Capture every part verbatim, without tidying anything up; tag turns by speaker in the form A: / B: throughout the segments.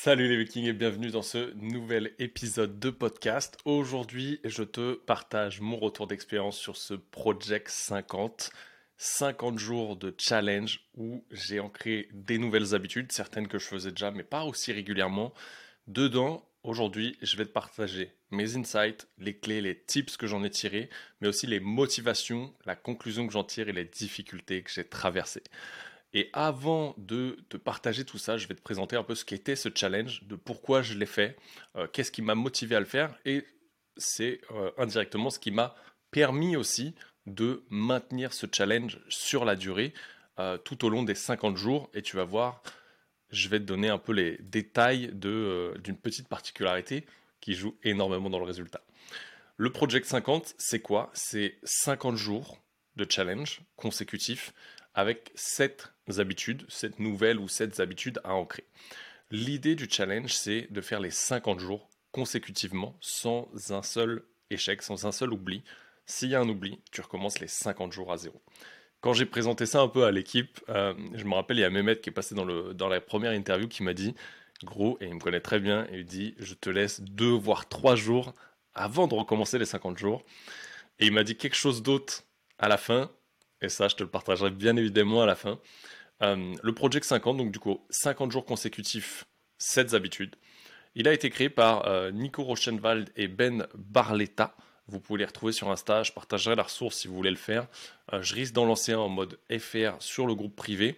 A: Salut les Vikings et bienvenue dans ce nouvel épisode de podcast. Aujourd'hui, je te partage mon retour d'expérience sur ce Project cinquante. cinquante jours de challenge où j'ai ancré des nouvelles habitudes, certaines que je faisais déjà mais pas aussi régulièrement. Dedans, aujourd'hui, je vais te partager mes insights, les clés, les tips que j'en ai tirés, mais aussi les motivations, la conclusion que j'en tire et les difficultés que j'ai traversées. Et avant de te partager tout ça, je vais te présenter un peu ce qu'était ce challenge, de pourquoi je l'ai fait, euh, qu'est-ce qui m'a motivé à le faire, et c'est euh, indirectement ce qui m'a permis aussi de maintenir ce challenge sur la durée euh, tout au long des cinquante jours. Et tu vas voir, je vais te donner un peu les détails de, euh, d'une petite particularité qui joue énormément dans le résultat. Le Project cinquante, c'est quoi? C'est cinquante jours de challenge consécutifs avec sept habitudes, sept nouvelles ou sept habitudes à ancrer. L'idée du challenge, c'est de faire les cinquante jours consécutivement sans un seul échec, sans un seul oubli. S'il y a un oubli, tu recommences les cinquante jours à zéro. Quand j'ai présenté ça un peu à l'équipe, euh, je me rappelle, il y a Mehmet qui est passé dans, le, dans la première interview qui m'a dit, gros, et il me connaît très bien, et il dit, je te laisse deux voire trois jours avant de recommencer les cinquante jours. Et il m'a dit quelque chose d'autre à la fin, et ça je te le partagerai bien évidemment à la fin. Euh, le Project cinquante, donc du coup cinquante jours consécutifs, sept habitudes. Il a été créé par euh, Nico Rochenwald et Ben Barletta. Vous pouvez les retrouver sur Insta, je partagerai la ressource si vous voulez le faire. Euh, je risque d'en lancer un en mode F R sur le groupe privé.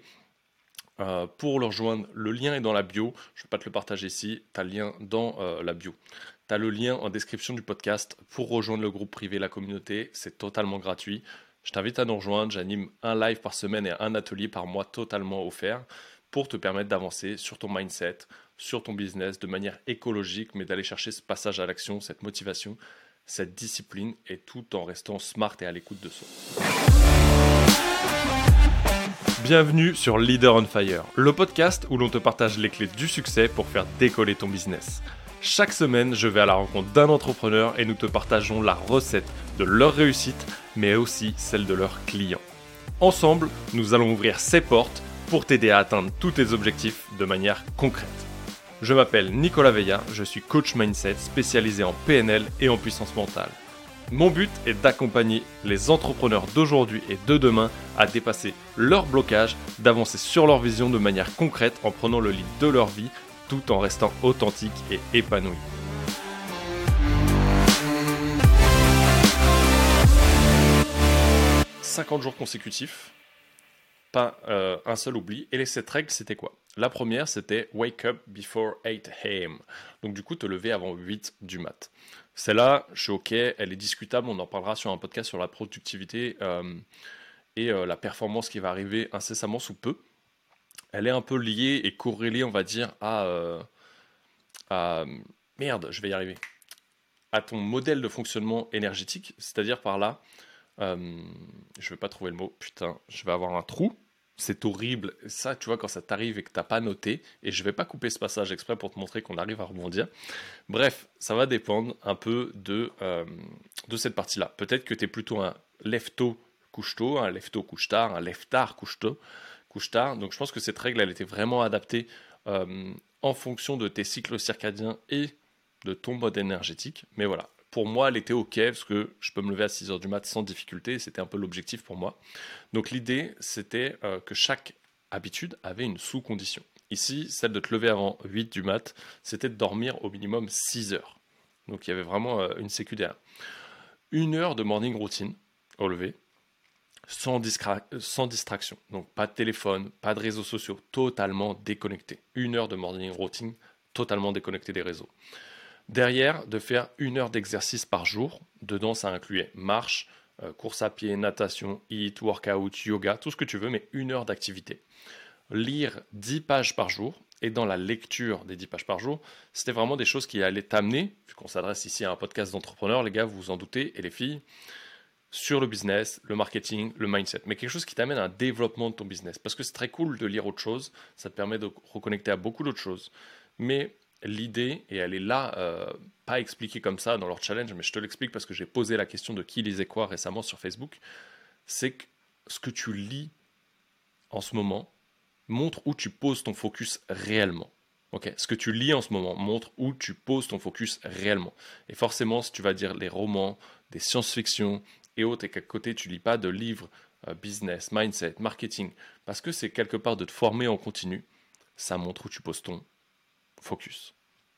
A: Euh, pour le rejoindre, le lien est dans la bio. Je ne vais pas te le partager ici, tu as le lien dans euh, la bio. Tu as le lien en description du podcast pour rejoindre le groupe privé, la communauté. C'est totalement gratuit. Je t'invite à nous rejoindre. J'anime un live par semaine et un atelier par mois totalement offert pour te permettre d'avancer sur ton mindset, sur ton business de manière écologique, mais d'aller chercher ce passage à l'action, cette motivation, cette discipline et tout en restant smart et à l'écoute de soi. Bienvenue sur Leader on Fire, le podcast où l'on te partage les clés du succès pour faire décoller ton business. Chaque semaine, je vais à la rencontre d'un entrepreneur et nous te partageons la recette de leur réussite, mais aussi celle de leurs clients. Ensemble, nous allons ouvrir ces portes pour t'aider à atteindre tous tes objectifs de manière concrète. Je m'appelle Nicolas Veilla, je suis coach mindset spécialisé en P N L et en puissance mentale. Mon but est d'accompagner les entrepreneurs d'aujourd'hui et de demain à dépasser leurs blocages, d'avancer sur leur vision de manière concrète en prenant le lead de leur vie tout en restant authentique et épanoui. cinquante jours consécutifs, pas euh, un seul oubli. Et les sept règles, c'était quoi? La première, c'était wake up before eight a m. Donc du coup, te lever avant huit du mat. Celle-là, je suis OK, elle est discutable, on en parlera sur un podcast sur la productivité euh, et euh, la performance qui va arriver incessamment sous peu. Elle est un peu liée et corrélée, on va dire, à... Euh, à merde, je vais y arriver. À ton modèle de fonctionnement énergétique, c'est-à-dire par là, euh, je vais pas trouver le mot, putain, je vais avoir un trou. C'est horrible. Ça, tu vois, quand ça t'arrive et que t'as pas noté, et je vais pas couper ce passage exprès pour te montrer qu'on arrive à rebondir. Bref, ça va dépendre un peu de, euh, de cette partie-là. Peut-être que tu es plutôt un lève-tôt, couche-tôt, un lève-tôt, couche-tard, un lève-tard, couche-tôt, couche-tard. Donc je pense que cette règle, elle était vraiment adaptée euh, en fonction de tes cycles circadiens et de ton mode énergétique. Mais voilà, pour moi, elle était OK parce que je peux me lever à six heures du mat sans difficulté. C'était un peu l'objectif pour moi. Donc l'idée, c'était euh, que chaque habitude avait une sous-condition. Ici, celle de te lever avant huit du mat, c'était de dormir au minimum six heures. Donc il y avait vraiment euh, une sécu derrière. Une heure de morning routine au lever, sans, discra- sans distraction. Donc pas de téléphone, pas de réseaux sociaux, totalement déconnecté. Une heure de morning routine, totalement déconnecté des réseaux. Derrière, de faire une heure d'exercice par jour. Dedans, ça incluait marche, euh, course à pied, natation, hit, workout, yoga, tout ce que tu veux, mais une heure d'activité. Lire dix pages par jour. Et dans la lecture des dix pages par jour, c'était vraiment des choses qui allaient t'amener, puisqu'on s'adresse ici à un podcast d'entrepreneurs, les gars, vous vous en doutez, et les filles, sur le business, le marketing, le mindset. Mais quelque chose qui t'amène à un développement de ton business. Parce que c'est très cool de lire autre chose, ça te permet de reconnecter à beaucoup d'autres choses. Mais l'idée, et elle est là, euh, pas expliquée comme ça dans leur challenge, mais je te l'explique parce que j'ai posé la question de qui lisait quoi récemment sur Facebook, c'est que ce que tu lis en ce moment montre où tu poses ton focus réellement. Okay. Ce que tu lis en ce moment montre où tu poses ton focus réellement. Et forcément, si tu vas dire les romans, des science-fiction et autres, et qu'à côté tu lis pas de livres euh, business, mindset, marketing, parce que c'est quelque part de te former en continu, ça montre où tu poses ton focus.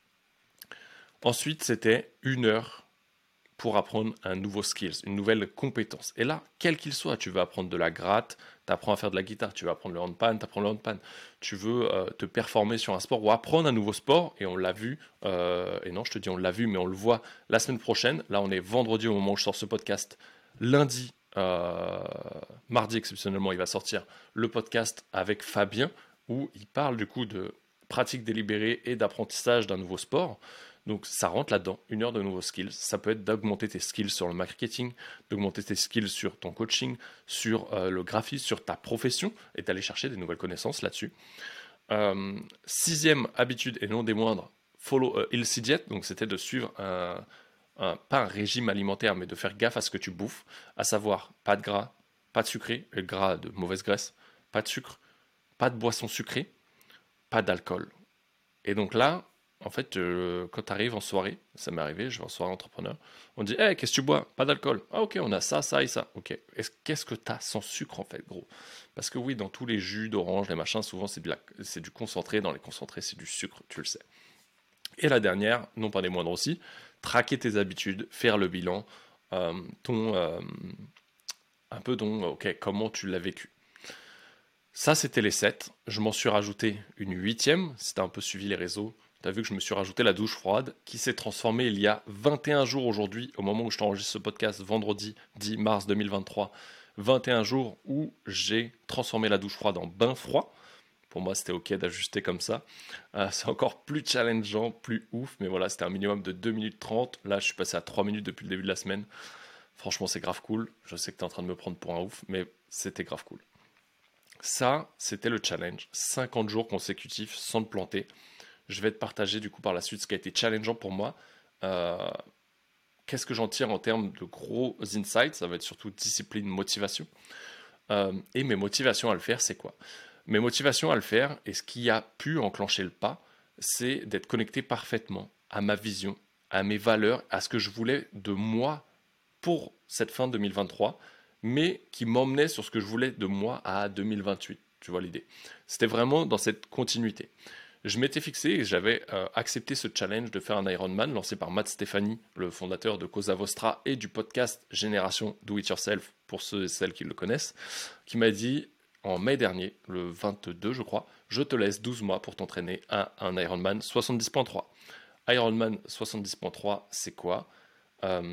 A: Ensuite, c'était une heure pour apprendre un nouveau skills, une nouvelle compétence. Et là, quel qu'il soit, tu veux apprendre de la gratte, tu apprends à faire de la guitare, tu veux apprendre le handpan, tu apprends le handpan, tu veux euh, te performer sur un sport ou apprendre un nouveau sport, et on l'a vu, euh, et non, je te dis on l'a vu, mais on le voit la semaine prochaine. Là, on est vendredi au moment où je sors ce podcast. Lundi, euh, mardi exceptionnellement, il va sortir le podcast avec Fabien, où il parle du coup de pratique délibérée et d'apprentissage d'un nouveau sport. Donc ça rentre là-dedans, une heure de nouveaux skills. Ça peut être d'augmenter tes skills sur le marketing, d'augmenter tes skills sur ton coaching, sur euh, le graphisme, sur ta profession, et d'aller chercher des nouvelles connaissances là-dessus. Euh, sixième habitude, et non des moindres, follow a healthy diet. Donc c'était de suivre un, un, pas un régime alimentaire, mais de faire gaffe à ce que tu bouffes, à savoir pas de gras, pas de sucré, le gras de mauvaise graisse, pas de sucre, pas de boisson sucrée, pas d'alcool. Et donc là, en fait, euh, quand tu arrives en soirée, ça m'est arrivé, je vais en soirée entrepreneur, on dit, hey, qu'est-ce que tu bois? Pas d'alcool. Ah ok, on a ça, ça et ça. Ok, Est-ce- qu'est-ce que tu as sans sucre en fait, gros? Parce que oui, dans tous les jus d'orange, les machins, souvent c'est, de la- c'est du concentré, dans les concentrés c'est du sucre, tu le sais. Et la dernière, non pas des moindres aussi, traquer tes habitudes, faire le bilan, euh, ton, euh, un peu ton, ok, comment tu l'as vécu. Ça, c'était les sept. Je m'en suis rajouté une huitième. Si tu as un peu suivi les réseaux, tu as vu que je me suis rajouté la douche froide qui s'est transformée il y a vingt et un jours aujourd'hui, au moment où je t'enregistre ce podcast, vendredi dix mars deux mille vingt-trois. vingt et un jours où j'ai transformé la douche froide en bain froid. Pour moi, c'était ok d'ajuster comme ça. Euh, c'est encore plus challengeant, plus ouf, mais voilà, c'était un minimum de deux minutes trente. Là, je suis passé à trois minutes depuis le début de la semaine. Franchement, c'est grave cool. Je sais que tu es en train de me prendre pour un ouf, mais c'était grave cool. Ça, c'était le challenge. cinquante jours consécutifs sans te planter. Je vais te partager du coup par la suite ce qui a été challengeant pour moi. Euh, Qu'est-ce que j'en tire en termes de gros insights? Ça va être surtout discipline, motivation. Euh, et mes motivations à le faire, c'est quoi? Mes motivations à le faire, et ce qui a pu enclencher le pas, c'est d'être connecté parfaitement à ma vision, à mes valeurs, à ce que je voulais de moi pour cette fin deux mille vingt-trois, mais qui m'emmenait sur ce que je voulais de moi à deux mille vingt-huit. Tu vois l'idée. C'était vraiment dans cette continuité. Je m'étais fixé et j'avais euh, accepté ce challenge de faire un Ironman lancé par Matt Stefani, le fondateur de Cosa Vostra et du podcast Génération Do It Yourself, pour ceux et celles qui le connaissent, qui m'a dit en mai dernier, le vingt-deux je crois, je te laisse douze mois pour t'entraîner à un Ironman soixante-dix virgule trois. Ironman soixante-dix virgule trois, c'est quoi? euh,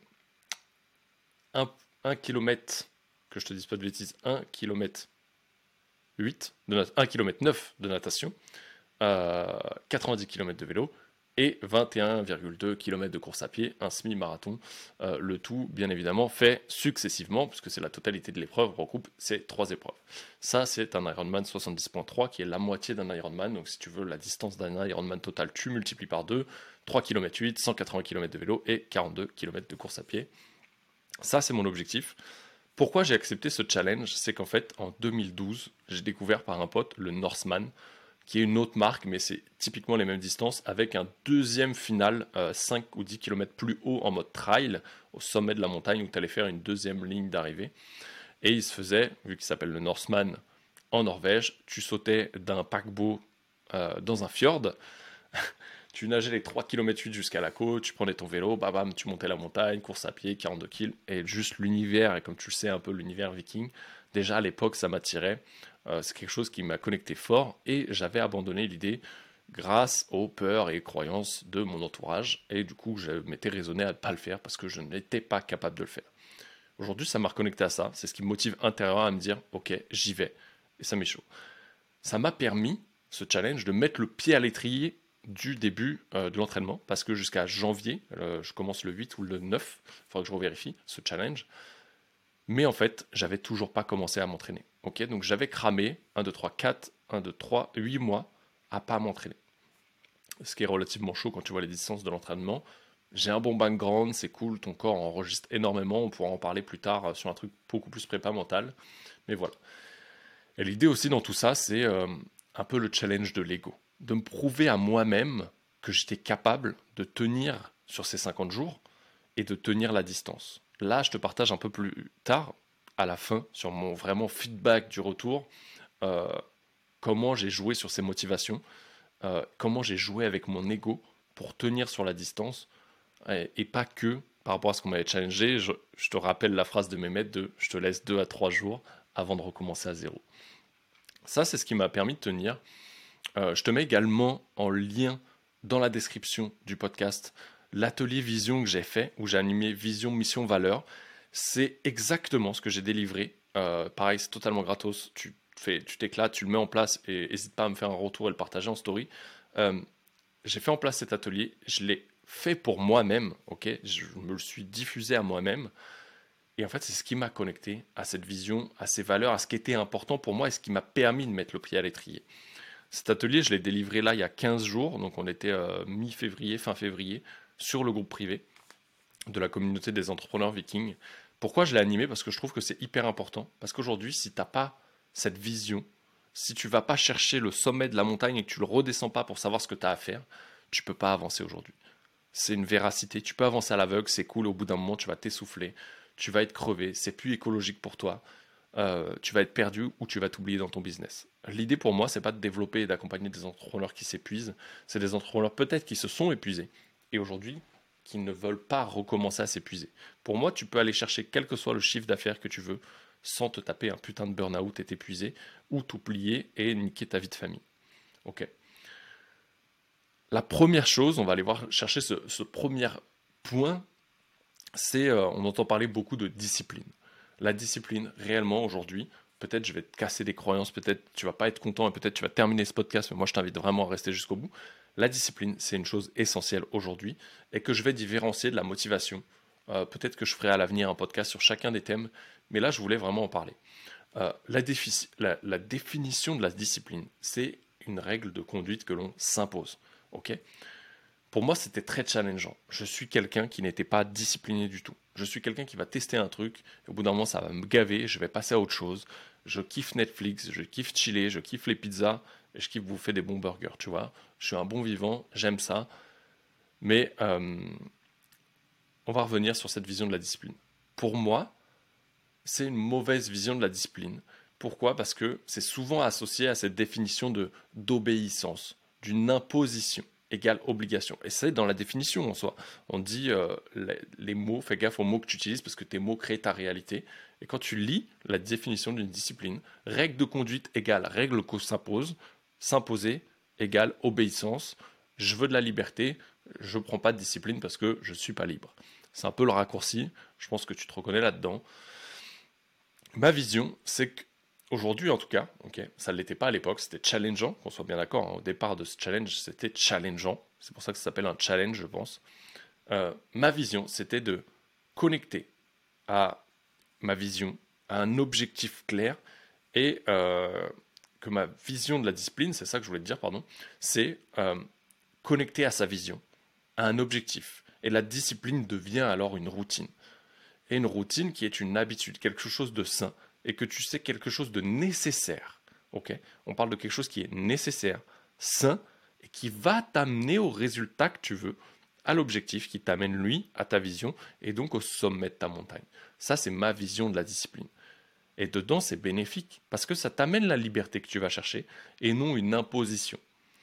A: un kilomètre, que je te dise pas de bêtises, un kilomètre huit, de nat- un kilomètre neuf de natation, euh, quatre-vingt-dix kilomètres de vélo et vingt et un virgule deux kilomètres de course à pied, un semi-marathon. Euh, le tout, bien évidemment, fait successivement, puisque c'est la totalité de l'épreuve, regroupe ces trois épreuves. Ça, c'est un Ironman soixante-dix virgule trois qui est la moitié d'un Ironman. Donc, si tu veux la distance d'un Ironman total, tu multiplies par deux, trois virgule huit kilomètres, cent quatre-vingts kilomètres de vélo et quarante-deux kilomètres de course à pied. Ça, c'est mon objectif. Pourquoi j'ai accepté ce challenge? C'est qu'en fait, en deux mille douze, j'ai découvert par un pote le Norseman, qui est une autre marque, mais c'est typiquement les mêmes distances, avec un deuxième final euh, cinq ou dix kilomètres plus haut en mode trail, au sommet de la montagne, où tu allais faire une deuxième ligne d'arrivée. Et il se faisait, vu qu'il s'appelle le Norseman, en Norvège, tu sautais d'un paquebot euh, dans un fjord, tu nageais les trois kilomètres huit jusqu'à la côte, tu prenais ton vélo, bam bam, tu montais la montagne, course à pied, quarante-deux kills, et juste l'univers, et comme tu le sais un peu l'univers viking, déjà à l'époque ça m'attirait, euh, c'est quelque chose qui m'a connecté fort, et j'avais abandonné l'idée grâce aux peurs et croyances de mon entourage, et du coup je m'étais raisonné à ne pas le faire parce que je n'étais pas capable de le faire. Aujourd'hui ça m'a reconnecté à ça, c'est ce qui me motive intérieurement à me dire ok j'y vais, et ça m'est chaud. Ça m'a permis, ce challenge, de mettre le pied à l'étrier du début euh, de l'entraînement, parce que jusqu'à janvier, euh, je commence le huit ou le neuf, il faudra que je revérifie ce challenge, mais en fait, j'avais toujours pas commencé à m'entraîner. Ok, donc j'avais cramé un, deux, trois, quatre, un, deux, trois, huit mois à pas m'entraîner. Ce qui est relativement chaud quand tu vois les distances de l'entraînement. J'ai un bon background, c'est cool, ton corps enregistre énormément, on pourra en parler plus tard euh, sur un truc beaucoup plus prépa mental, mais voilà. Et l'idée aussi dans tout ça, c'est euh, un peu le challenge de l'ego. de me prouver à moi-même que j'étais capable de tenir sur ces cinquante jours et de tenir la distance. Là, je te partage un peu plus tard, à la fin, sur mon vraiment feedback du retour, euh, comment j'ai joué sur ces motivations, euh, comment j'ai joué avec mon ego pour tenir sur la distance, et, et pas que par rapport à ce qu'on m'avait challengé. Je, je te rappelle la phrase de mes maîtres de je te laisse deux à trois jours avant de recommencer à zéro. Ça, c'est ce qui m'a permis de tenir. Euh, je te mets également en lien dans la description du podcast l'atelier vision que j'ai fait, où j'ai animé vision, mission, valeur. C'est exactement ce que j'ai délivré. Euh, pareil, c'est totalement gratos. Tu fais, tu t'éclates, tu le mets en place et n'hésite pas à me faire un retour et le partager en story. Euh, j'ai fait en place cet atelier. Je l'ai fait pour moi-même. Ok, je me le suis diffusé à moi-même. Et en fait, c'est ce qui m'a connecté à cette vision, à ces valeurs, à ce qui était important pour moi et ce qui m'a permis de mettre le pied à l'étrier. Cet atelier, je l'ai délivré là il y a quinze jours, donc on était euh, mi-février, fin février, sur le groupe privé de la communauté des entrepreneurs vikings. Pourquoi je l'ai animé? Parce que je trouve que c'est hyper important. Parce qu'aujourd'hui, si tu n'as pas cette vision, si tu ne vas pas chercher le sommet de la montagne et que tu ne le redescends pas pour savoir ce que tu as à faire, tu ne peux pas avancer aujourd'hui. C'est une véracité. Tu peux avancer à l'aveugle, c'est cool, au bout d'un moment, tu vas t'essouffler, tu vas être crevé, c'est plus écologique pour toi. Euh, tu vas être perdu ou tu vas t'oublier dans ton business. L'idée pour moi, c'est pas de développer et d'accompagner des entrepreneurs qui s'épuisent, c'est des entrepreneurs peut-être qui se sont épuisés et aujourd'hui qui ne veulent pas recommencer à s'épuiser. Pour moi, tu peux aller chercher quel que soit le chiffre d'affaires que tu veux sans te taper un putain de burn-out et t'épuiser ou t'oublier et niquer ta vie de famille. Ok. La première chose, on va aller voir chercher ce, ce premier point, c'est euh, on entend parler beaucoup de discipline. La discipline, réellement, aujourd'hui, peut-être je vais te casser des croyances, peut-être tu vas pas être content et peut-être tu vas terminer ce podcast, mais moi je t'invite vraiment à rester jusqu'au bout. La discipline, c'est une chose essentielle aujourd'hui et que je vais différencier de la motivation. Euh, peut-être que je ferai à l'avenir un podcast sur chacun des thèmes, mais là je voulais vraiment en parler. Euh, la, défi- la, la définition de la discipline, c'est une règle de conduite que l'on s'impose. Ok ? Pour moi, c'était très challengeant. Je suis quelqu'un qui n'était pas discipliné du tout. Je suis quelqu'un qui va tester un truc, et au bout d'un moment, ça va me gaver, je vais passer à autre chose. Je kiffe Netflix, je kiffe chiller, je kiffe les pizzas, et je kiffe bouffer des bons burgers, tu vois. Je suis un bon vivant, j'aime ça. Mais euh, on va revenir sur cette vision de la discipline. Pour moi, c'est une mauvaise vision de la discipline. Pourquoi? Parce que c'est souvent associé à cette définition de d'obéissance, d'une imposition égale obligation. Et c'est dans la définition en soi. On dit euh, les, les mots, fais gaffe aux mots que tu utilises parce que tes mots créent ta réalité. Et quand tu lis la définition d'une discipline, règle de conduite égale règle qu'on s'impose, s'imposer égale obéissance. Je veux de la liberté, je ne prends pas de discipline parce que je ne suis pas libre. C'est un peu le raccourci, je pense que tu te reconnais là-dedans. Ma vision, c'est qu'aujourd'hui, en tout cas, okay, ça ne l'était pas à l'époque, c'était challengeant, qu'on soit bien d'accord. Hein, au départ de ce challenge, c'était challengeant. C'est pour ça que ça s'appelle un challenge, je pense. Euh, ma vision, c'était de connecter à ma vision, à un objectif clair, et euh, que ma vision de la discipline, c'est ça que je voulais te dire, pardon, c'est euh, connecter à sa vision, à un objectif. Et la discipline devient alors une routine. Et une routine qui est une habitude, quelque chose de sain, et que tu sais quelque chose de nécessaire. Ok, on parle de quelque chose qui est nécessaire, sain, et qui va t'amener au résultat que tu veux, à l'objectif qui t'amène lui à ta vision, et donc au sommet de ta montagne. Ça, c'est ma vision de la discipline. Et dedans, c'est bénéfique, parce que ça t'amène la liberté que tu vas chercher, et non une imposition.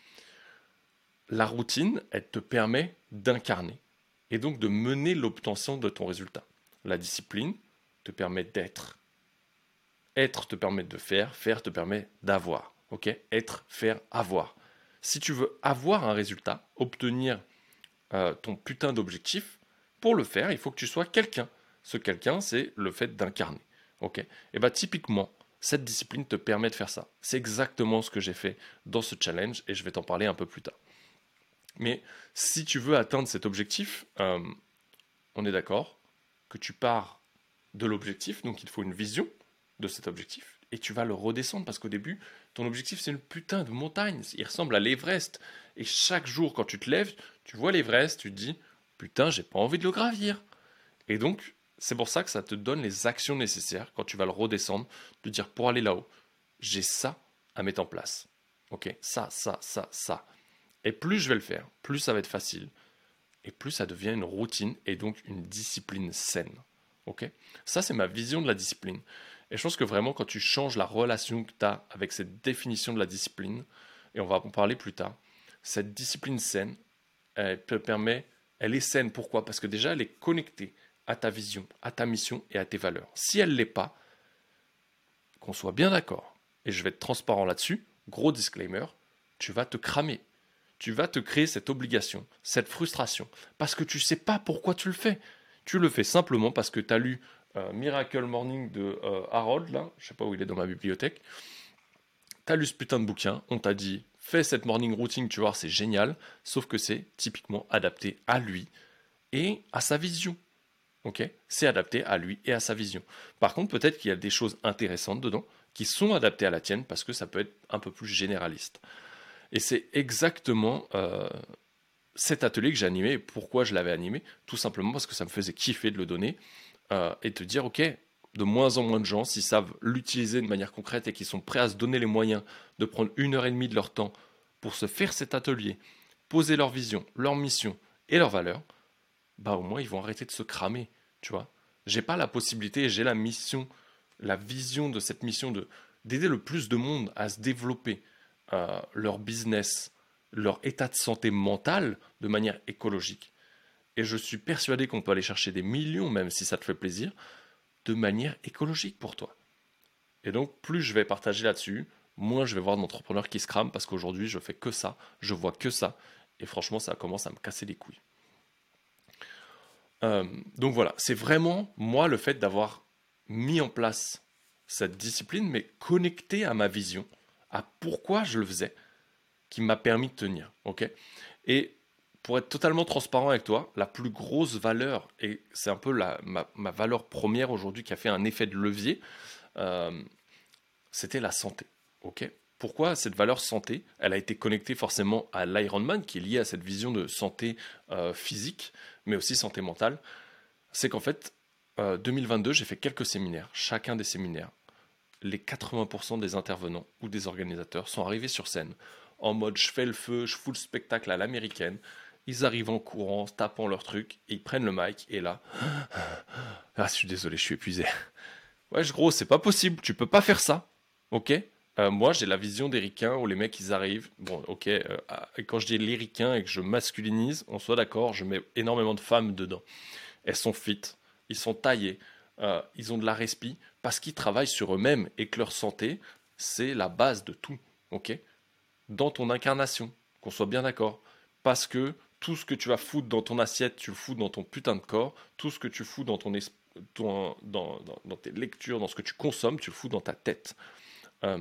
A: La routine, elle te permet d'incarner, et donc de mener l'obtention de ton résultat. La discipline te permet d'être. Être te permet de faire, faire te permet d'avoir. Ok? Être, faire, avoir. Si tu veux avoir un résultat, obtenir euh, ton putain d'objectif, pour le faire, il faut que tu sois quelqu'un. Ce quelqu'un, c'est le fait d'incarner. Ok? Et bien typiquement, cette discipline te permet de faire ça. C'est exactement ce que j'ai fait dans ce challenge et je vais t'en parler un peu plus tard. Mais si tu veux atteindre cet objectif, euh, on est d'accord que tu pars de l'objectif, donc il te faut une vision de cet objectif, et tu vas le redescendre, parce qu'au début, ton objectif, c'est une putain de montagne, il ressemble à l'Everest, et chaque jour, quand tu te lèves, tu vois l'Everest, tu te dis, putain, j'ai pas envie de le gravir. Et donc, c'est pour ça que ça te donne les actions nécessaires, quand tu vas le redescendre, de dire, pour aller là-haut, j'ai ça à mettre en place. Ok, ça, ça, ça, ça. Et plus je vais le faire, plus ça va être facile. Et plus ça devient une routine et donc une discipline saine. Ok? Ça, c'est ma vision de la discipline. Et je pense que vraiment, quand tu changes la relation que tu as avec cette définition de la discipline, et on va en parler plus tard, cette discipline saine, elle te permet, elle est saine. Pourquoi? Parce que déjà, elle est connectée à ta vision, à ta mission et à tes valeurs. Si elle ne l'est pas, qu'on soit bien d'accord, et je vais être transparent là-dessus, gros disclaimer, tu vas te cramer. Tu vas te créer cette obligation, cette frustration, parce que tu ne sais pas pourquoi tu le fais. Tu le fais simplement parce que tu as lu euh, Miracle Morning de euh, Harold, là, je ne sais pas où il est dans ma bibliothèque. Tu as lu ce putain de bouquin, on t'a dit, fais cette morning routine, tu vois, c'est génial, sauf que c'est typiquement adapté à lui et à sa vision. Ok, c'est adapté à lui et à sa vision. Par contre, peut-être qu'il y a des choses intéressantes dedans qui sont adaptées à la tienne parce que ça peut être un peu plus généraliste. Et c'est exactement euh, cet atelier que j'ai animé. Et pourquoi je l'avais animé? Tout simplement parce que ça me faisait kiffer de le donner euh, et de dire, ok, de moins en moins de gens, s'ils savent l'utiliser de manière concrète et qu'ils sont prêts à se donner les moyens de prendre une heure et demie de leur temps pour se faire cet atelier, poser leur vision, leur mission et leurs valeurs, bah au moins ils vont arrêter de se cramer, tu vois. J'ai pas la possibilité, j'ai la mission, la vision de cette mission de d'aider le plus de monde à se développer euh, leur business, leur état de santé mentale de manière écologique. Et je suis persuadé qu'on peut aller chercher des millions, même si ça te fait plaisir, de manière écologique pour toi. Et donc, plus je vais partager là-dessus, moins je vais voir d'entrepreneurs qui se crament parce qu'aujourd'hui, je fais que ça, je vois que ça. Et franchement, ça commence à me casser les couilles. Euh, donc voilà, c'est vraiment moi le fait d'avoir mis en place cette discipline, mais connecté à ma vision, à pourquoi je le faisais, qui m'a permis de tenir. Ok. Et pour être totalement transparent avec toi, la plus grosse valeur, et c'est un peu la, ma, ma valeur première aujourd'hui qui a fait un effet de levier, euh, c'était la santé. Ok. Pourquoi cette valeur santé? Elle a été connectée forcément à l'Ironman, qui est lié à cette vision de santé euh, physique, mais aussi santé mentale. C'est qu'en fait, euh, deux mille vingt-deux, j'ai fait quelques séminaires. Chacun des séminaires, les quatre-vingts pour cent des intervenants ou des organisateurs sont arrivés sur scène en mode je fais le feu, je fous le spectacle à l'américaine. Ils arrivent en courant, tapant leur truc, et ils prennent le mic, et là, ah, je suis désolé, je suis épuisé. Ouais, gros, c'est pas possible, tu peux pas faire ça, ok? Euh, moi, j'ai la vision des ricains où les mecs, ils arrivent. Bon, ok, euh, et quand je dis les ricains et que je masculinise, on soit d'accord, je mets énormément de femmes dedans. Elles sont fit, ils sont taillés, euh, ils ont de la respi, parce qu'ils travaillent sur eux-mêmes et que leur santé, c'est la base de tout, ok? Dans ton incarnation, qu'on soit bien d'accord. Parce que tout ce que tu vas foutre dans ton assiette, tu le fous dans ton putain de corps. Tout ce que tu fous dans, ton es- ton- dans, dans- dans tes lectures, dans ce que tu consommes, tu le fous dans ta tête. Euh,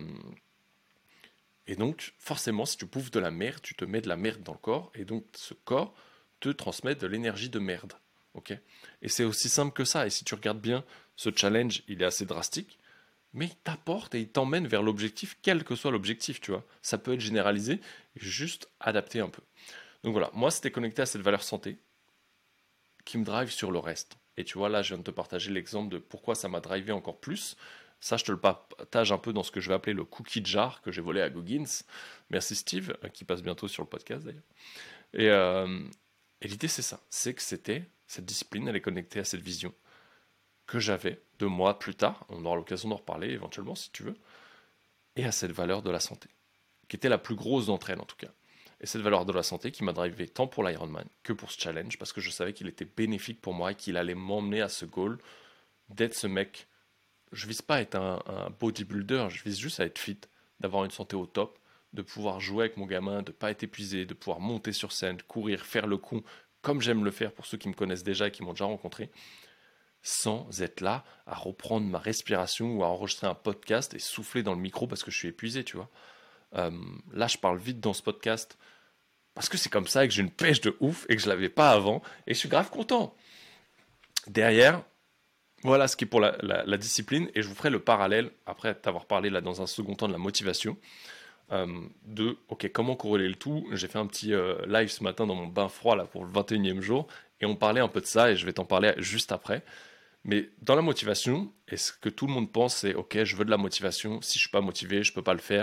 A: et donc, forcément, si tu bouffes de la merde, tu te mets de la merde dans le corps. Et donc, ce corps te transmet de l'énergie de merde. Ok. Et c'est aussi simple que ça. Et si tu regardes bien, ce challenge, il est assez drastique. Mais il t'apporte et il t'emmène vers l'objectif, quel que soit l'objectif, tu vois. Ça peut être généralisé, juste adapté un peu. Donc voilà, moi c'était connecté à cette valeur santé qui me drive sur le reste. Et tu vois, là je viens de te partager l'exemple de pourquoi ça m'a drivé encore plus. Ça, je te le partage un peu dans ce que je vais appeler le cookie jar que j'ai volé à Goggins. Merci Steve, qui passe bientôt sur le podcast d'ailleurs. Et, euh, et l'idée c'est ça, c'est que c'était, cette discipline, elle est connectée à cette vision que j'avais de moi plus tard, on aura l'occasion d'en reparler éventuellement si tu veux, et à cette valeur de la santé, qui était la plus grosse d'entre elles en tout cas. Et cette valeur de la santé qui m'a drivé tant pour l'Ironman que pour ce challenge, parce que je savais qu'il était bénéfique pour moi et qu'il allait m'emmener à ce goal d'être ce mec. Je vise pas à être un, un bodybuilder, je vise juste à être fit, d'avoir une santé au top, de pouvoir jouer avec mon gamin, de pas être épuisé, de pouvoir monter sur scène, courir, faire le con, comme j'aime le faire pour ceux qui me connaissent déjà et qui m'ont déjà rencontré, sans être là à reprendre ma respiration ou à enregistrer un podcast et souffler dans le micro parce que je suis épuisé, tu vois. Euh, là, je parle vite dans ce podcast parce que c'est comme ça et que j'ai une pêche de ouf et que je l'avais pas avant et je suis grave content. Derrière, voilà ce qui est pour la, la, la discipline et je vous ferai le parallèle après t'avoir parlé là dans un second temps de la motivation. Euh, de ok, comment corréler le tout. J'ai fait un petit euh, live ce matin dans mon bain froid là pour le vingt et unième jour et on parlait un peu de ça et je vais t'en parler juste après. Mais dans la motivation, est-ce que tout le monde pense c'est ok, je veux de la motivation, si je suis pas motivé, je peux pas le faire.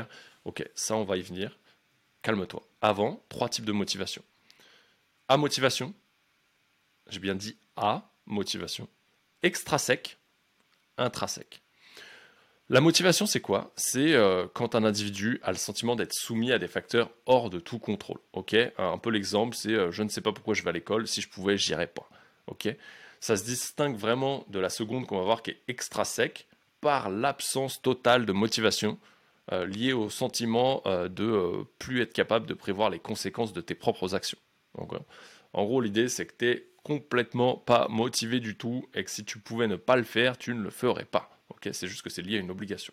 A: Ok, ça on va y venir. Calme-toi. Avant, trois types de motivation. A motivation, j'ai bien dit A motivation. Extrinsèque, intrinsèque. La motivation, c'est quoi? C'est euh, quand un individu a le sentiment d'être soumis à des facteurs hors de tout contrôle. Ok, un peu l'exemple, c'est euh, je ne sais pas pourquoi je vais à l'école, si je pouvais, j'irais pas. Ok, ça se distingue vraiment de la seconde qu'on va voir qui est extrinsèque par l'absence totale de motivation euh, liée au sentiment euh, de euh, plus être capable de prévoir les conséquences de tes propres actions. Donc, euh, en gros, l'idée, c'est que tu n'es complètement pas motivé du tout et que si tu pouvais ne pas le faire, tu ne le ferais pas. Okay, c'est juste que c'est lié à une obligation.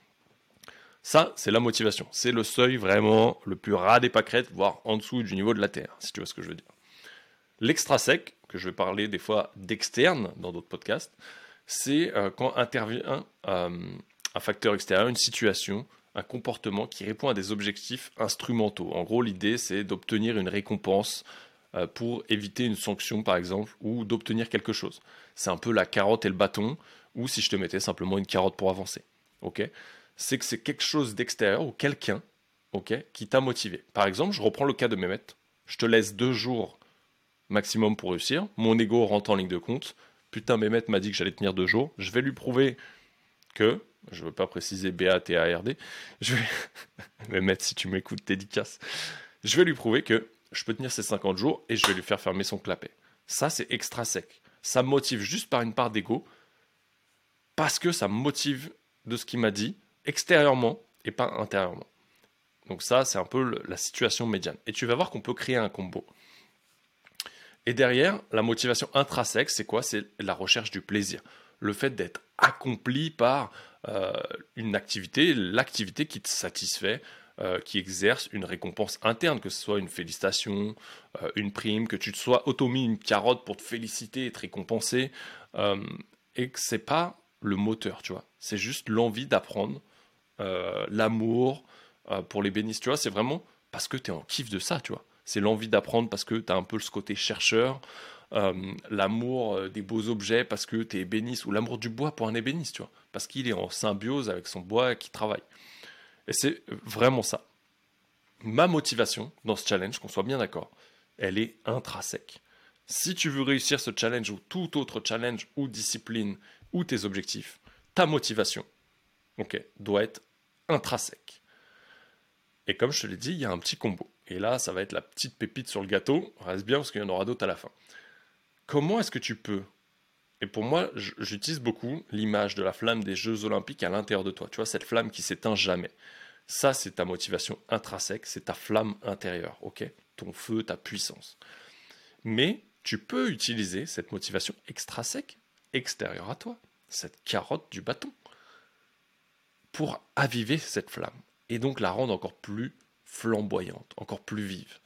A: Ça, c'est la motivation. C'est le seuil vraiment le plus ras des pâquerettes, voire en dessous du niveau de la Terre, si tu vois ce que je veux dire. L'extrinsèque, que je vais parler des fois d'externe dans d'autres podcasts, c'est euh, quand intervient euh, un facteur extérieur, une situation, un comportement qui répond à des objectifs instrumentaux. En gros, l'idée, c'est d'obtenir une récompense euh, pour éviter une sanction, par exemple, ou d'obtenir quelque chose. C'est un peu la carotte et le bâton, ou si je te mettais simplement une carotte pour avancer. Okay, c'est que c'est quelque chose d'extérieur ou quelqu'un okay, qui t'a motivé. Par exemple, je reprends le cas de Mehmet. Je te laisse deux jours maximum pour réussir. Mon ego rentre en ligne de compte. Putain, Mehmet m'a dit que j'allais tenir deux jours. Je vais lui prouver que, je ne veux pas préciser B A T A R D, je vais... Mehmet, si tu m'écoutes, dédicace. Je vais lui prouver que je peux tenir ces cinquante jours et je vais lui faire fermer son clapet. Ça, c'est extrinsèque. Ça me motive juste par une part d'ego parce que ça me motive de ce qu'il m'a dit extérieurement et pas intérieurement. Donc ça, c'est un peu la situation médiane. Et tu vas voir qu'on peut créer un combo. Et derrière, la motivation intrinsèque, c'est quoi? C'est la recherche du plaisir. Le fait d'être accompli par euh, une activité, l'activité qui te satisfait, euh, qui exerce une récompense interne, que ce soit une félicitation, euh, une prime, que tu te sois auto-mis une carotte pour te féliciter et te récompenser, euh, et que c'est pas le moteur, tu vois. C'est juste l'envie d'apprendre, euh, l'amour euh, pour les bénisses, tu vois. C'est vraiment parce que tu es en kiff de ça, tu vois. C'est l'envie d'apprendre parce que tu as un peu ce côté chercheur, euh, l'amour euh, des beaux objets parce que tu es ébéniste, ou l'amour du bois pour un ébéniste, tu vois, parce qu'il est en symbiose avec son bois et qu'il travaille. Et c'est vraiment ça. Ma motivation dans ce challenge, qu'on soit bien d'accord, elle est intrinsèque. Si tu veux réussir ce challenge ou tout autre challenge ou discipline ou tes objectifs, ta motivation, ok, doit être intrinsèque. Et comme je te l'ai dit, il y a un petit combo. Et là, ça va être la petite pépite sur le gâteau. Reste bien parce qu'il y en aura d'autres à la fin. Comment est-ce que tu peux... Et pour moi, j'utilise beaucoup l'image de la flamme des Jeux Olympiques à l'intérieur de toi. Tu vois, cette flamme qui s'éteint jamais. Ça, c'est ta motivation intrinsèque, c'est ta flamme intérieure, ok? Ton feu, ta puissance. Mais tu peux utiliser cette motivation extrinsèque, extérieure à toi, cette carotte du bâton, pour aviver cette flamme et donc la rendre encore plus flamboyante, encore plus vive.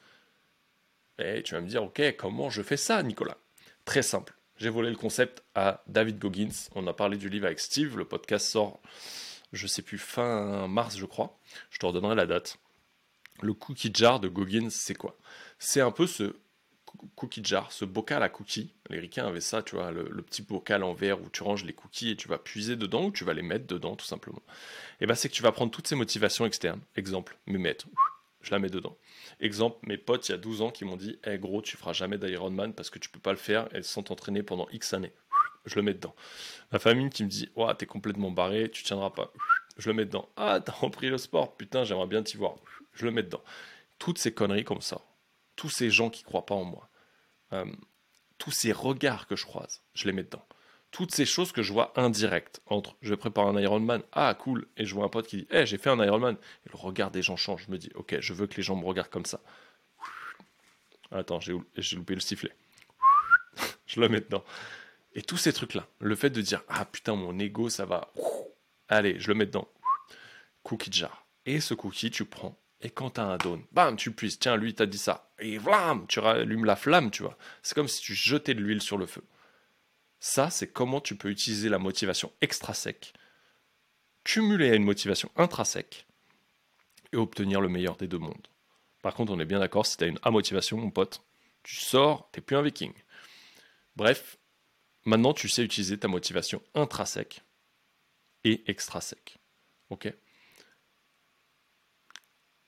A: Et tu vas me dire, ok, comment je fais ça, Nicolas? Très simple. J'ai volé le concept à David Goggins. On a parlé du livre avec Steve. Le podcast sort, je sais plus, fin mars, je crois. Je te redonnerai la date. Le cookie jar de Goggins, c'est quoi? C'est un peu ce cookie jar, ce bocal à cookies. Les ricains avaient ça, tu vois, le, le petit bocal en verre où tu ranges les cookies et tu vas puiser dedans ou tu vas les mettre dedans, tout simplement. Et bien, c'est que tu vas prendre toutes ces motivations externes. Exemple, me mettre, je la mets dedans. Exemple, mes potes il y a douze ans qui m'ont dit hey, gros, tu feras jamais d'Ironman parce que tu peux pas le faire et sans t'entraîner pendant X années. Je le mets dedans. Ma famille qui me dit oh, t'es complètement barré, tu tiendras pas. Je le mets dedans. Ah, t'as repris le sport, putain, j'aimerais bien t'y voir. Je le mets dedans. Toutes ces conneries comme ça. Tous ces gens qui croient pas en moi. Euh, tous ces regards que je croise, je les mets dedans. Toutes ces choses que je vois indirectes entre je prépare un Ironman, ah cool, et je vois un pote qui dit hey, j'ai fait un Ironman, et le regard des gens change. Je me dis ok, je veux que les gens me regardent comme ça. Attends, j'ai, j'ai loupé le sifflet. Je le mets dedans. Et tous ces trucs-là, le fait de dire ah putain, mon ego ça va, allez, je le mets dedans. Cookie jar. Et ce cookie, tu prends. Et quand t'as un down, bam, tu puisses. Tiens, lui, t'a dit ça. Et vlam, tu rallumes la flamme, tu vois. C'est comme si tu jetais de l'huile sur le feu. Ça, c'est comment tu peux utiliser la motivation extrinsèque, cumuler à une motivation intrinsèque et obtenir le meilleur des deux mondes. Par contre, on est bien d'accord, si tu as une amotivation, mon pote, tu sors, t'es plus un viking. Bref, maintenant tu sais utiliser ta motivation intrinsèque et extrinsèque. Ok ?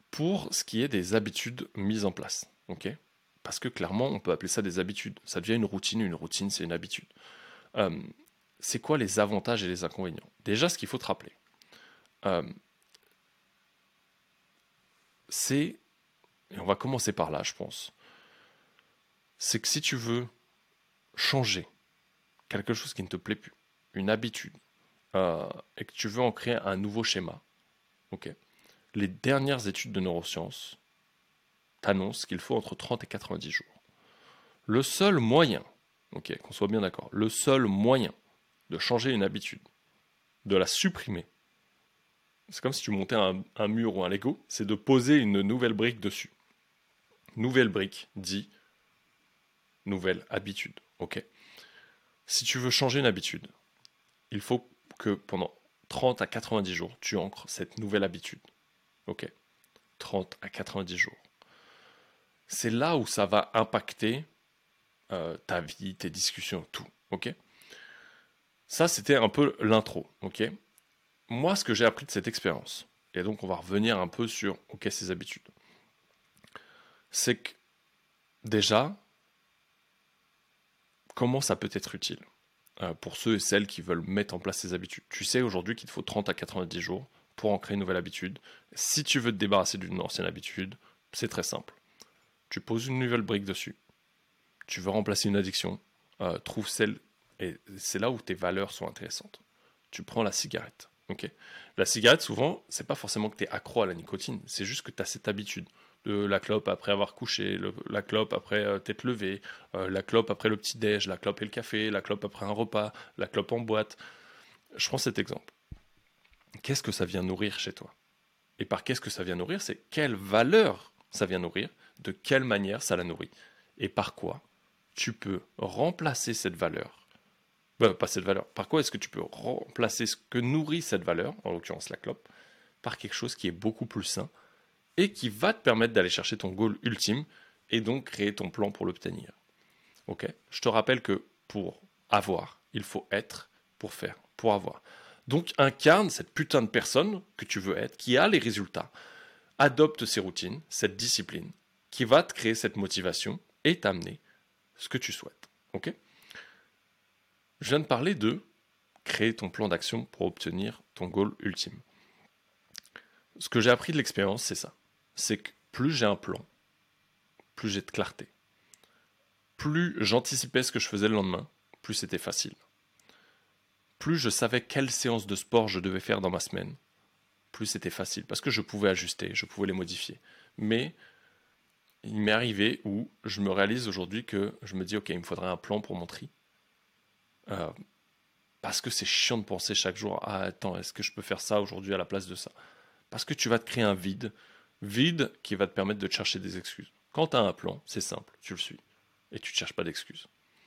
A: Pour ce qui est des habitudes mises en place, ok? Parce que clairement, on peut appeler ça des habitudes. Ça devient une routine. Une routine, c'est une habitude. Euh, c'est quoi les avantages et les inconvénients? Déjà, ce qu'il faut te rappeler, euh, c'est, et on va commencer par là, je pense, c'est que si tu veux changer quelque chose qui ne te plaît plus, une habitude, euh, et que tu veux en créer un nouveau schéma, ok? Les dernières études de neurosciences t'annoncent qu'il faut entre trente et quatre-vingt-dix jours. Le seul moyen, ok, qu'on soit bien d'accord, le seul moyen de changer une habitude, de la supprimer, c'est comme si tu montais un, un mur ou un Lego, c'est de poser une nouvelle brique dessus. Nouvelle brique dit nouvelle habitude, ok? Si tu veux changer une habitude, il faut que pendant trente à quatre-vingt-dix jours, tu ancres cette nouvelle habitude, ok? trente à quatre-vingt-dix jours. C'est là où ça va impacter euh, ta vie, tes discussions, tout, ok? Ça, c'était un peu l'intro, ok? Moi, ce que j'ai appris de cette expérience, et donc on va revenir un peu sur, ok, ces habitudes, c'est que déjà, comment ça peut être utile euh, pour ceux et celles qui veulent mettre en place ces habitudes. Tu sais aujourd'hui qu'il te faut trente à quatre-vingt-dix jours pour en créer une nouvelle habitude. Si tu veux te débarrasser d'une ancienne habitude, c'est très simple. Tu poses une nouvelle brique dessus. Tu veux remplacer une addiction, euh, trouve celle, et c'est là où tes valeurs sont intéressantes. Tu prends la cigarette. Okay. La cigarette, souvent, c'est pas forcément que tu es accro à la nicotine, c'est juste que tu as cette habitude de la clope après avoir couché, le, la clope après euh, t'être levé, euh, la clope après le petit-déj, la clope et le café, la clope après un repas, la clope en boîte. Je prends cet exemple. Qu'est-ce que ça vient nourrir chez toi? Et par qu'est-ce que ça vient nourrir, c'est quelle valeur ça vient nourrir, de quelle manière ça la nourrit, et par quoi tu peux remplacer cette valeur. Ben, pas cette valeur. Par quoi est-ce que tu peux remplacer ce que nourrit cette valeur, en l'occurrence la clope, par quelque chose qui est beaucoup plus sain et qui va te permettre d'aller chercher ton goal ultime et donc créer ton plan pour l'obtenir. Ok? Je te rappelle que pour avoir, il faut être pour faire, pour avoir. Donc incarne cette putain de personne que tu veux être, qui a les résultats. Adopte ces routines, cette discipline, qui va te créer cette motivation et t'amener ce que tu souhaites. Ok? Je viens de parler de créer ton plan d'action pour obtenir ton goal ultime. Ce que j'ai appris de l'expérience, c'est ça. C'est que plus j'ai un plan, plus j'ai de clarté. Plus j'anticipais ce que je faisais le lendemain, plus c'était facile. Plus je savais quelle séance de sport je devais faire dans ma semaine, plus c'était facile. Parce que je pouvais ajuster, je pouvais les modifier. Mais il m'est arrivé où je me réalise aujourd'hui que je me dis, ok, il me faudrait un plan pour mon tri. Euh, parce que c'est chiant de penser chaque jour, ah attends, est-ce que je peux faire ça aujourd'hui à la place de ça? Parce que tu vas te créer un vide, vide qui va te permettre de te chercher des excuses. Quand tu as un plan, c'est simple, tu le suis. Et tu ne cherches pas d'excuses.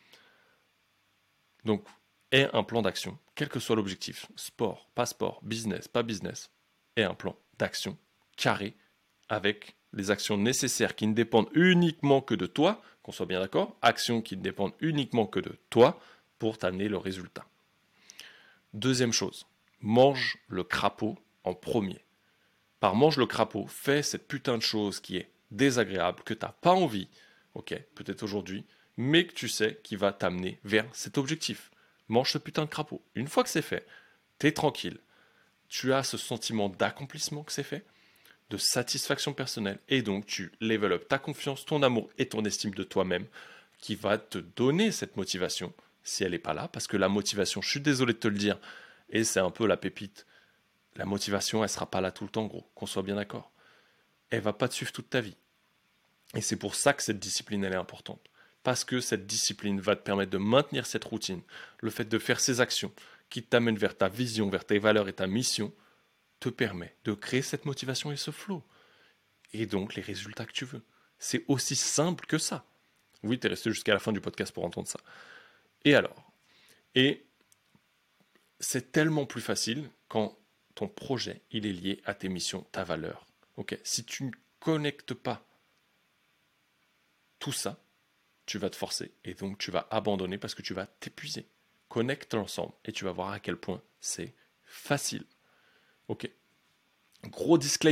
A: Donc, aie un plan d'action, quel que soit l'objectif, sport, pas sport, business, pas business, aie un plan d'action carré avec les actions nécessaires qui ne dépendent uniquement que de toi, qu'on soit bien d'accord, actions qui ne dépendent uniquement que de toi pour t'amener le résultat. Deuxième chose, mange le crapaud en premier. Par mange le crapaud, fais cette putain de chose qui est désagréable, que tu n'as pas envie, ok, peut-être aujourd'hui, mais que tu sais qui va t'amener vers cet objectif. Mange ce putain de crapaud. Une fois que c'est fait, tu es tranquille. Tu as ce sentiment d'accomplissement que c'est fait, de satisfaction personnelle, et donc tu level up ta confiance, ton amour et ton estime de toi-même, qui va te donner cette motivation, si elle n'est pas là, parce que la motivation, je suis désolé de te le dire, et c'est un peu la pépite, la motivation, elle ne sera pas là tout le temps, gros, qu'on soit bien d'accord. Elle ne va pas te suivre toute ta vie. Et c'est pour ça que cette discipline, elle est importante. Parce que cette discipline va te permettre de maintenir cette routine, le fait de faire ces actions qui t'amènent vers ta vision, vers tes valeurs et ta mission, te permet de créer cette motivation et ce flow. Et donc les résultats que tu veux. C'est aussi simple que ça. Oui, tu es resté jusqu'à la fin du podcast pour entendre ça. Et alors? Et c'est tellement plus facile quand ton projet, il est lié à tes missions, ta valeur. Okay. Si tu ne connectes pas tout ça, tu vas te forcer et donc tu vas abandonner parce que tu vas t'épuiser. Connecte l'ensemble et tu vas voir à quel point c'est facile. Ok. Gros disclaimer,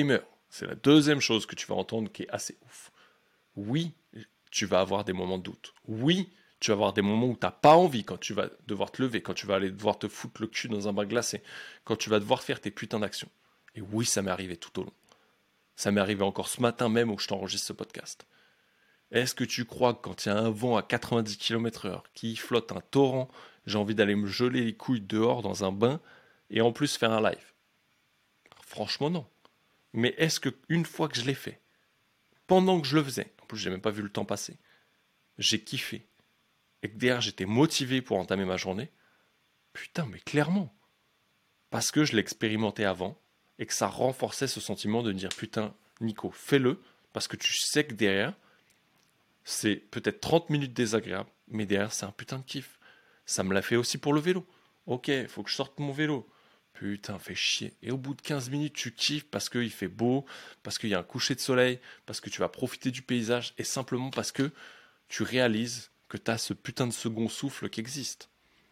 A: C'est la deuxième chose que tu vas entendre qui est assez ouf. Oui, tu vas avoir des moments de doute. Oui, tu vas avoir des moments où tu n'as pas envie, quand tu vas devoir te lever, quand tu vas aller devoir te foutre le cul dans un bain glacé, quand tu vas devoir faire tes putains d'actions. Et oui, ça m'est arrivé tout au long. Ça m'est arrivé encore ce matin même où je t'enregistre ce podcast. Est-ce que tu crois que quand il y a un vent à quatre-vingt-dix kilomètres heure, qui flotte un torrent, j'ai envie d'aller me geler les couilles dehors dans un bain et en plus faire un live? Franchement non. Mais est-ce que une fois que je l'ai fait, pendant que je le faisais, en plus j'ai même pas vu le temps passer, j'ai kiffé, et que derrière j'étais motivé pour entamer ma journée, putain mais clairement. Parce que je l'ai expérimenté avant, et que ça renforçait ce sentiment de dire putain Nico, fais-le, parce que tu sais que derrière, c'est peut-être trente minutes désagréables, mais derrière c'est un putain de kiff. Ça me l'a fait aussi pour le vélo. Ok, faut que je sorte mon vélo. Putain, fait chier. Et au bout de quinze minutes, tu kiffes parce qu'il fait beau, parce qu'il y a un coucher de soleil, parce que tu vas profiter du paysage, et simplement parce que tu réalises que tu as ce putain de second souffle qui existe.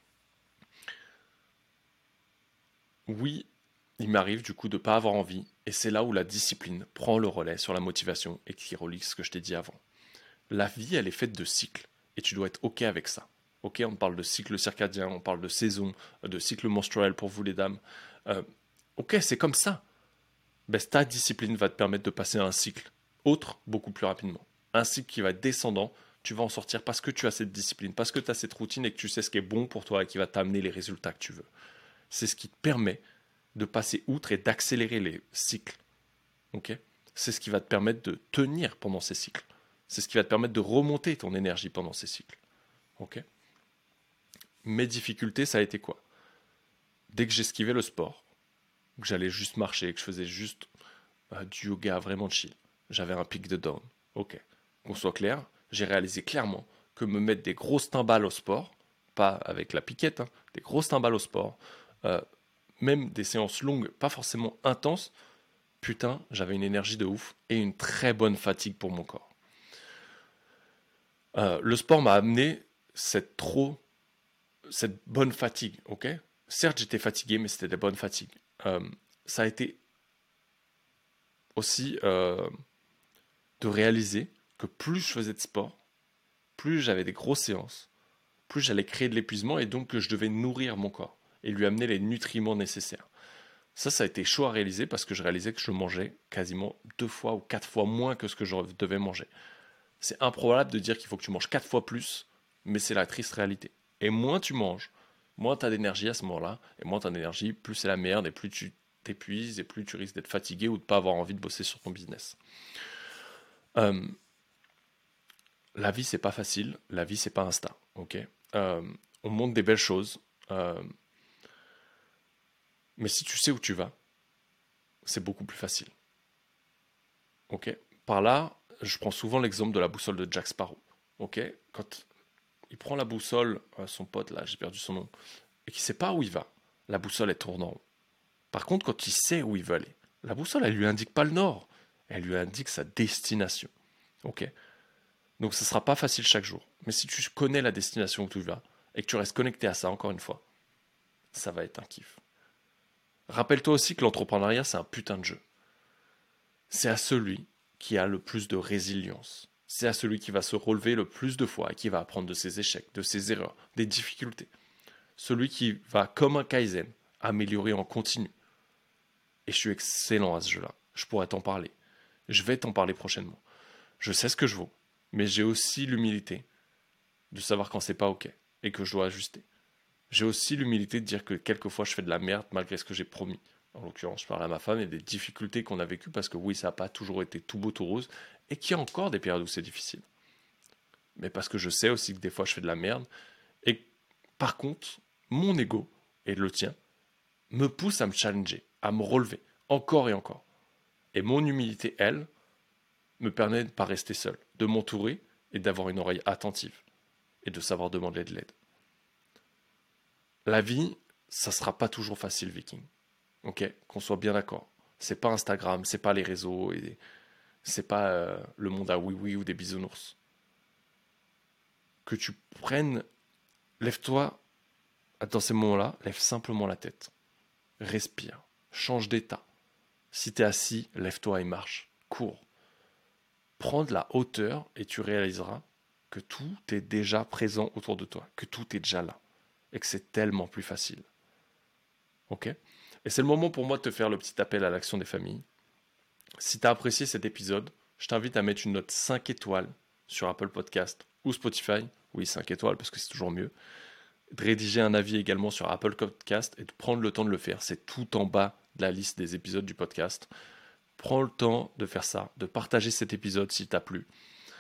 A: Oui, il m'arrive du coup de ne pas avoir envie, et c'est là où la discipline prend le relais sur la motivation et qui relie ce que je t'ai dit avant. La vie, elle est faite de cycles, et tu dois être ok avec ça. Ok, on parle de cycle circadien, on parle de saison, de cycle menstruel pour vous les dames. Euh, ok, c'est comme ça. Ben, ta discipline va te permettre de passer à un cycle autre beaucoup plus rapidement. Un cycle qui va être descendant, tu vas en sortir parce que tu as cette discipline, parce que tu as cette routine et que tu sais ce qui est bon pour toi et qui va t'amener les résultats que tu veux. C'est ce qui te permet de passer outre et d'accélérer les cycles. Ok, c'est ce qui va te permettre de tenir pendant ces cycles. C'est ce qui va te permettre de remonter ton énergie pendant ces cycles. Ok. Mes difficultés, ça a été quoi? Dès que j'esquivais le sport, que j'allais juste marcher, que je faisais juste euh, du yoga vraiment chill, j'avais un pic de down. Ok. Qu'on soit clair, j'ai réalisé clairement que me mettre des grosses timbales au sport, pas avec la piquette, hein, des grosses timbales au sport, euh, même des séances longues, pas forcément intenses, putain, j'avais une énergie de ouf et une très bonne fatigue pour mon corps. Euh, le sport m'a amené cette trop, cette bonne fatigue, ok? Certes, j'étais fatigué, mais c'était des bonnes fatigues. Euh, ça a été aussi euh, de réaliser que plus je faisais de sport, plus j'avais des grosses séances, plus j'allais créer de l'épuisement et donc que je devais nourrir mon corps et lui amener les nutriments nécessaires. Ça, ça a été chaud à réaliser parce que je réalisais que je mangeais quasiment deux fois ou quatre fois moins que ce que je devais manger. C'est improbable de dire qu'il faut que tu manges quatre fois plus, mais c'est la triste réalité. Et moins tu manges, moins tu as d'énergie à ce moment-là, et moins tu as d'énergie, plus c'est la merde, et plus tu t'épuises, et plus tu risques d'être fatigué ou de ne pas avoir envie de bosser sur ton business. Euh, la vie, c'est pas facile, la vie, c'est pas Insta, ok. Euh, on montre des belles choses, euh, mais si tu sais où tu vas, c'est beaucoup plus facile, ok. Par là, je prends souvent l'exemple de la boussole de Jack Sparrow, ok. Quand il prend la boussole, euh, son pote là, j'ai perdu son nom, et qu'il sait pas où il va, la boussole elle tourne en haut. Par contre, quand il sait où il veut aller, la boussole elle lui indique pas le nord, elle lui indique sa destination. Ok. Donc ce sera pas facile chaque jour, mais si tu connais la destination où tu vas et que tu restes connecté à ça encore une fois, ça va être un kiff. Rappelle-toi aussi que l'entrepreneuriat c'est un putain de jeu. C'est à celui qui a le plus de résilience. C'est à celui qui va se relever le plus de fois et qui va apprendre de ses échecs, de ses erreurs, des difficultés. Celui qui va, comme un Kaizen, améliorer en continu. Et je suis excellent à ce jeu-là. Je pourrais t'en parler. Je vais t'en parler prochainement. Je sais ce que je vaux, mais j'ai aussi l'humilité de savoir quand c'est pas ok et que je dois ajuster. J'ai aussi l'humilité de dire que quelquefois je fais de la merde malgré ce que j'ai promis. En l'occurrence, je parle à ma femme et des difficultés qu'on a vécues parce que oui, ça n'a pas toujours été tout beau, tout rose et qu'il y a encore des périodes où c'est difficile. Mais parce que je sais aussi que des fois je fais de la merde et par contre, mon ego et le tien me poussent à me challenger, à me relever encore et encore. Et mon humilité, elle, me permet de ne pas rester seul, de m'entourer et d'avoir une oreille attentive et de savoir demander de l'aide. La vie, ça sera pas toujours facile, Viking. Ok, qu'on soit bien d'accord. C'est pas Instagram, c'est pas les réseaux, et c'est pas euh, le monde à oui oui ou des bisounours. Que tu prennes, lève-toi dans ces moments-là, lève simplement la tête, respire, change d'état, Si tu es assis, lève-toi et marche. Cours. Prends de la hauteur et tu réaliseras que tout est déjà présent autour de toi, que tout est déjà là et que c'est tellement plus facile. Ok ? Et c'est le moment pour moi de te faire le petit appel à l'action des familles. Si tu as apprécié cet épisode, je t'invite à mettre une note cinq étoiles sur Apple Podcast ou Spotify. Oui, cinq étoiles parce que c'est toujours mieux. De rédiger un avis également sur Apple Podcast et de prendre le temps de le faire. C'est tout en bas de la liste des épisodes du podcast. Prends le temps de faire ça, de partager cet épisode s'il t'a plu.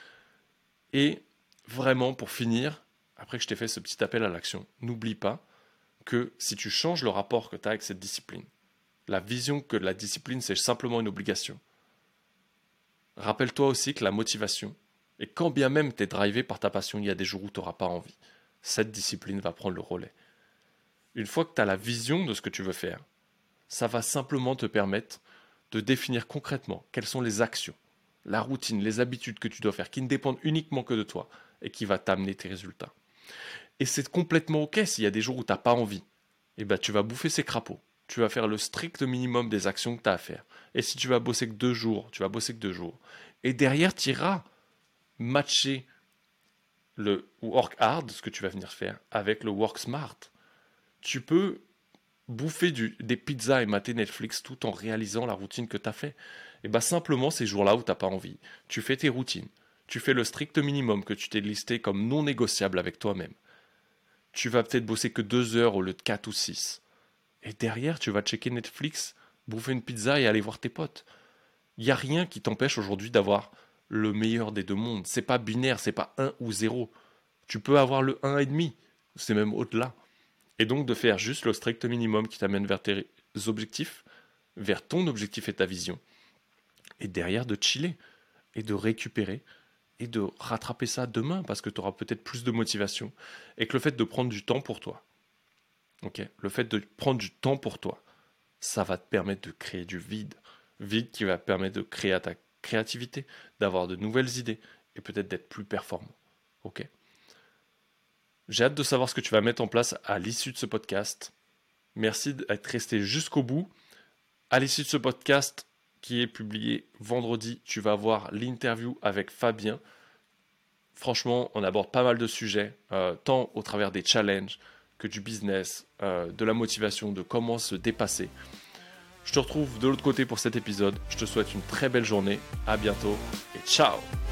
A: Et vraiment, pour finir, après que je t'ai fait ce petit appel à l'action, n'oublie pas que si tu changes le rapport que tu as avec cette discipline, la vision que la discipline, c'est simplement une obligation, rappelle-toi aussi que la motivation, et quand bien même tu es drivé par ta passion, il y a des jours où tu n'auras pas envie. Cette discipline va prendre le relais. Une fois que tu as la vision de ce que tu veux faire, ça va simplement te permettre de définir concrètement quelles sont les actions, la routine, les habitudes que tu dois faire, qui ne dépendent uniquement que de toi et qui va t'amener tes résultats. Et c'est complètement ok s'il y a des jours où tu n'as pas envie. Et ben, tu vas bouffer ces crapauds. Tu vas faire le strict minimum des actions que tu as à faire. Et si tu vas bosser que deux jours, tu vas bosser que deux jours. Et derrière, tu iras matcher le work hard, ce que tu vas venir faire, avec le work smart. Tu peux bouffer du, des pizzas et mater Netflix tout en réalisant la routine que tu as fait. Et bien simplement, ces jours-là où tu n'as pas envie, tu fais tes routines. Tu fais le strict minimum que tu t'es listé comme non négociable avec toi-même. Tu vas peut-être bosser que deux heures au lieu de quatre ou six. Et derrière, tu vas checker Netflix, bouffer une pizza et aller voir tes potes. Il n'y a rien qui t'empêche aujourd'hui d'avoir le meilleur des deux mondes. C'est pas binaire, c'est pas un ou zéro. Tu peux avoir le un virgule cinq, c'est même au-delà. Et donc de faire juste le strict minimum qui t'amène vers tes objectifs, vers ton objectif et ta vision. Et derrière de chiller et de récupérer et de rattraper ça demain parce que tu auras peut-être plus de motivation. Et que le fait de prendre du temps pour toi, ok, le fait de prendre du temps pour toi, ça va te permettre de créer du vide. Vide qui va te permettre de créer ta créativité, d'avoir de nouvelles idées et peut-être d'être plus performant. Ok ? J'ai hâte de savoir ce que tu vas mettre en place à l'issue de ce podcast. Merci d'être resté jusqu'au bout. À l'issue de ce podcast qui est publié vendredi, tu vas voir l'interview avec Fabien. Franchement, on aborde pas mal de sujets, euh, tant au travers des challenges que du business, euh, de la motivation, de comment se dépasser. Je te retrouve de l'autre côté pour cet épisode. Je te souhaite une très belle journée. À bientôt et ciao!